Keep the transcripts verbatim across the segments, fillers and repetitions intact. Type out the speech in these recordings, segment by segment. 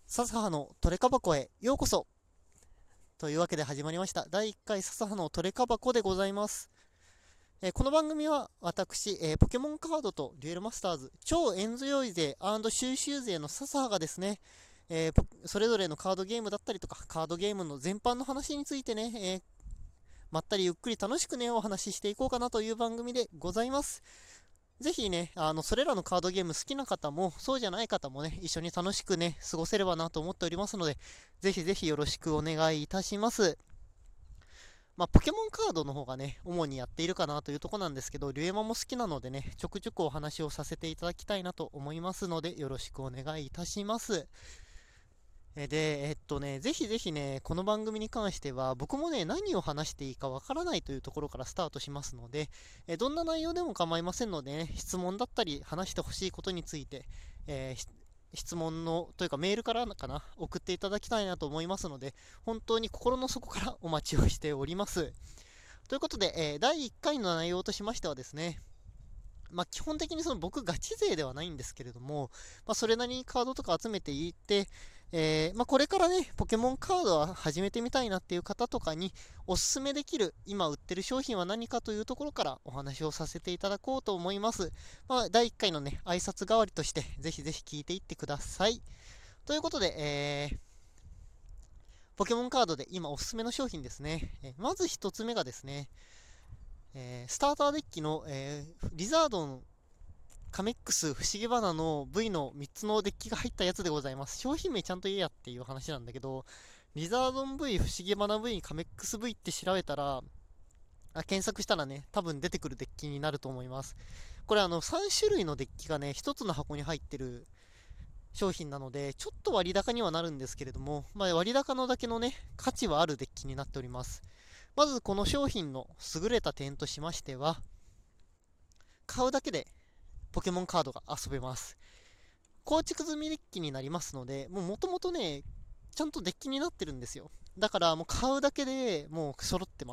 笹葉のトレカ箱へようこそというわけで始まりましただいいっかい笹葉のトレカ箱でございます。えーこの番組は私、えーポケモンカードとデュエルマスターズ超円強い勢収集勢の笹葉がですね、えーポそれぞれのカードゲームだったりとかカードゲームの全般の話についてね、えーまったりゆっくり楽しくねお話ししていこうかなという番組でございます。ぜひね、あの、それらのカードゲーム好きな方も、そうじゃない方もね、一緒に楽しくね、過ごせればなと思っておりますので、ぜひぜひよろしくお願いいたします。まあ、ポケモンカードの方がね、主にやっているかなというところなんですけど、リュエマも好きなのでね、ちょくちょくお話をさせていただきたいなと思いますので、よろしくお願いいたします。えで、えっとね、ぜひぜひね、この番組に関しては、僕もね、何を話していいかわからないというところからスタートしますので、えどんな内容でも構いませんのでね、質問だったり、話してほしいことについて、えー質問の、というかメールからかな、送っていただきたいなと思いますので、本当に心の底からお待ちをしております。ということで、えーだいいっかいの内容としましてはですね、まあ、基本的にその僕ガチ勢ではないんですけれども、まあ、それなりにカードとか集めていって、えーまあ、これからね、ポケモンカードは始めてみたいなっていう方とかにおすすめできる今売ってる商品は何かというところからお話をさせていただこうと思います。まあ、だいいっかいのね、挨拶代わりとしてぜひぜひ聞いていってください。ということで、えーポケモンカードで今おすすめの商品ですね。えーまずひとつめがですね、えースターターデッキの、えーリザードンカメックス不思議花の V のみっつのデッキが入ったやつでございます。商品名ちゃんと言えやっていう話なんだけど、リザードン V、不思議花 V、カメックス V って調べたら、あ検索したらね、多分出てくるデッキになると思います。これあのさん種類のデッキがね、ひとつの箱に入ってる商品なので、ちょっと割高にはなるんですけれども、まあ、割高のだけのね、価値はあるデッキになっております。まずこの商品の優れた点としましては、買うだけでポケモンカードが遊べます。構築済みデッキになりますので、もともとね、ちゃんとデッキになってるんですよ。だからもう買うだけでもう揃ってます。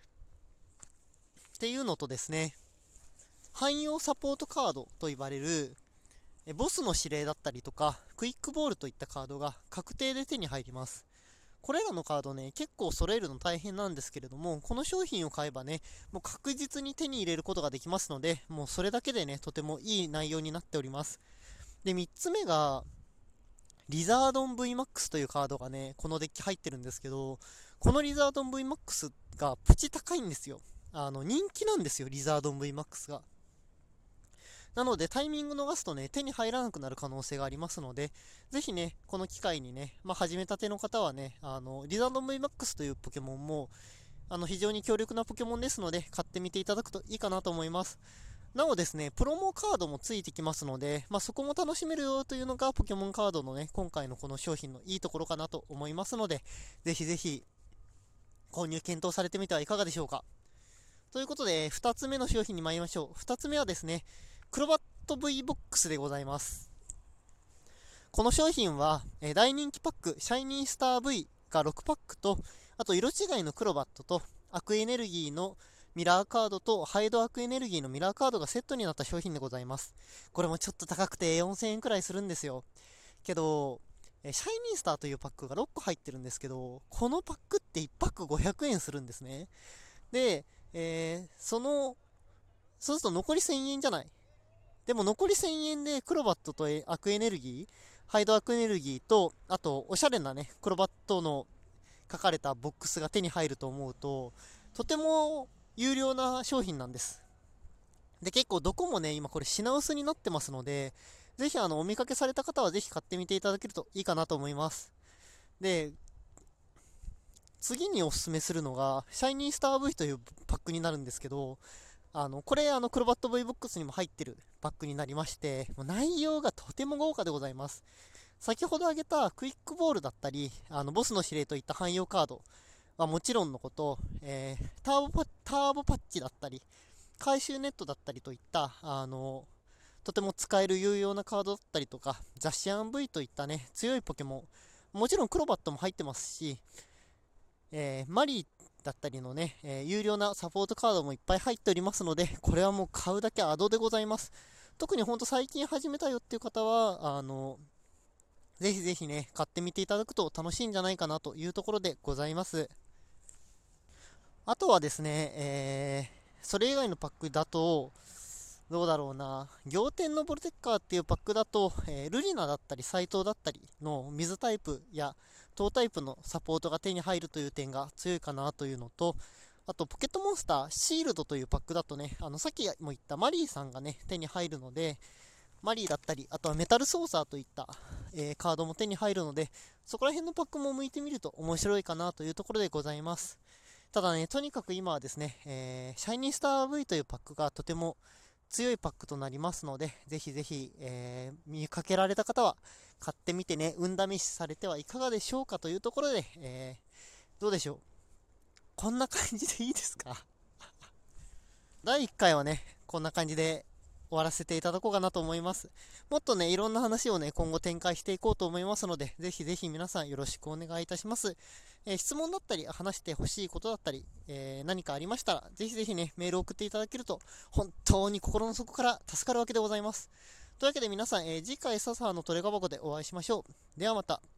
っていうのとですね、汎用サポートカードと言われる、ボスの指令だったりとか、クイックボールといったカードが確定で手に入ります。これらのカードね、結構揃えるの大変なんですけれども、この商品を買えばね、もう確実に手に入れることができますので、もうそれだけでね、とてもいい内容になっております。で、みっつめが、リザードン ブイマックス というカードがね、このデッキ入ってるんですけど、このリザードン ブイマックス がプチ高いんですよ。あの、人気なんですよ、リザードン ブイマックス が。なので、タイミング逃すとね、手に入らなくなる可能性がありますので、ぜひね、この機会にね、まあ、始めたての方はね、あの、リザードン ブイマックス というポケモンも、あの、非常に強力なポケモンですので、買ってみていただくといいかなと思います。なおですね、プロモカードもついてきますので、まあ、そこも楽しめるよというのがポケモンカードのね、今回のこの商品のいいところかなと思いますので、ぜひぜひ購入検討されてみてはいかがでしょうか。ということで、ふたつめの商品に参りましょう。ふたつめはですね、クロバット V ボックスでございます。この商品は、えー大人気パック、シャイニースター V がろくパックと、あと色違いのクロバットと、アクエネルギーのミラーカードとハイドアクエネルギーのミラーカードがセットになった商品でございます。これもちょっと高くてよんせんえんくらいするんですよ。けど、えシャイニースターというパックがろっこ入ってるんですけど、このパックっていちパックごひゃくえんするんですね。で、えーその、そうすると残りせんえんじゃない。でも残りせんえんでクロバットとアクエネルギー、ハイドアクエネルギーと、あとおしゃれなね、クロバットの書かれたボックスが手に入ると思うと、とても有料な商品なんです。で、結構どこもね、今これ品薄になってますので、ぜひあの、お見かけされた方はぜひ買ってみていただけるといいかなと思います。で、次におすすめするのが、シャイニースター V というパックになるんですけど、あの、これあの、クロバット V ボックスにも入ってるパックになりまして、もう内容がとても豪華でございます。先ほど挙げたクイックボールだったり、あの、ボスの指令といった汎用カードはもちろんのこと、えーターボパターボパッチだったり、回収ネットだったりといった、あの、とても使える有用なカードだったりとか、ザシアン V といったね、強いポケモン、もちろんクロバットも入ってますし、えーマリーだったりのね、えー有料なサポートカードもいっぱい入っておりますので、これはもう買うだけアドでございます。特にほんと最近始めたよっていう方は、あの、 ぜひぜひね、買ってみていただくと楽しいんじゃないかなというところでございます。あとはですね、えー、それ以外のパックだと、どうだろうな、仰天のボルテッカーっていうパックだと、えールリナだったり斎藤だったりの水タイプや糖タイプのサポートが手に入るという点が強いかなというのと、あとポケットモンスターシールドというパックだとね、あのさっきも言ったマリーさんがね、手に入るので、マリーだったり、あとはメタルソーサーといった、えーカードも手に入るので、そこら辺のパックも向いてみると面白いかなというところでございます。ただね、とにかく今はですね、えーシャイニースター ブイ というパックがとても強いパックとなりますので、ぜひぜひ、えー見かけられた方は買ってみてね、運試しされてはいかがでしょうかというところで、えーどうでしょう。こんな感じでいいですか？だいいっかいはね、こんな感じで終わらせていただこうかなと思います。もっとね、いろんな話をね、今後展開していこうと思いますので、ぜひぜひ皆さんよろしくお願いいたします。えー質問だったり、話してほしいことだったり、えー何かありましたら、ぜひぜひね、メールを送っていただけると、本当に心の底から助かるわけでございます。というわけで皆さん、えー次回笹葉のトレガ箱でお会いしましょう。ではまた。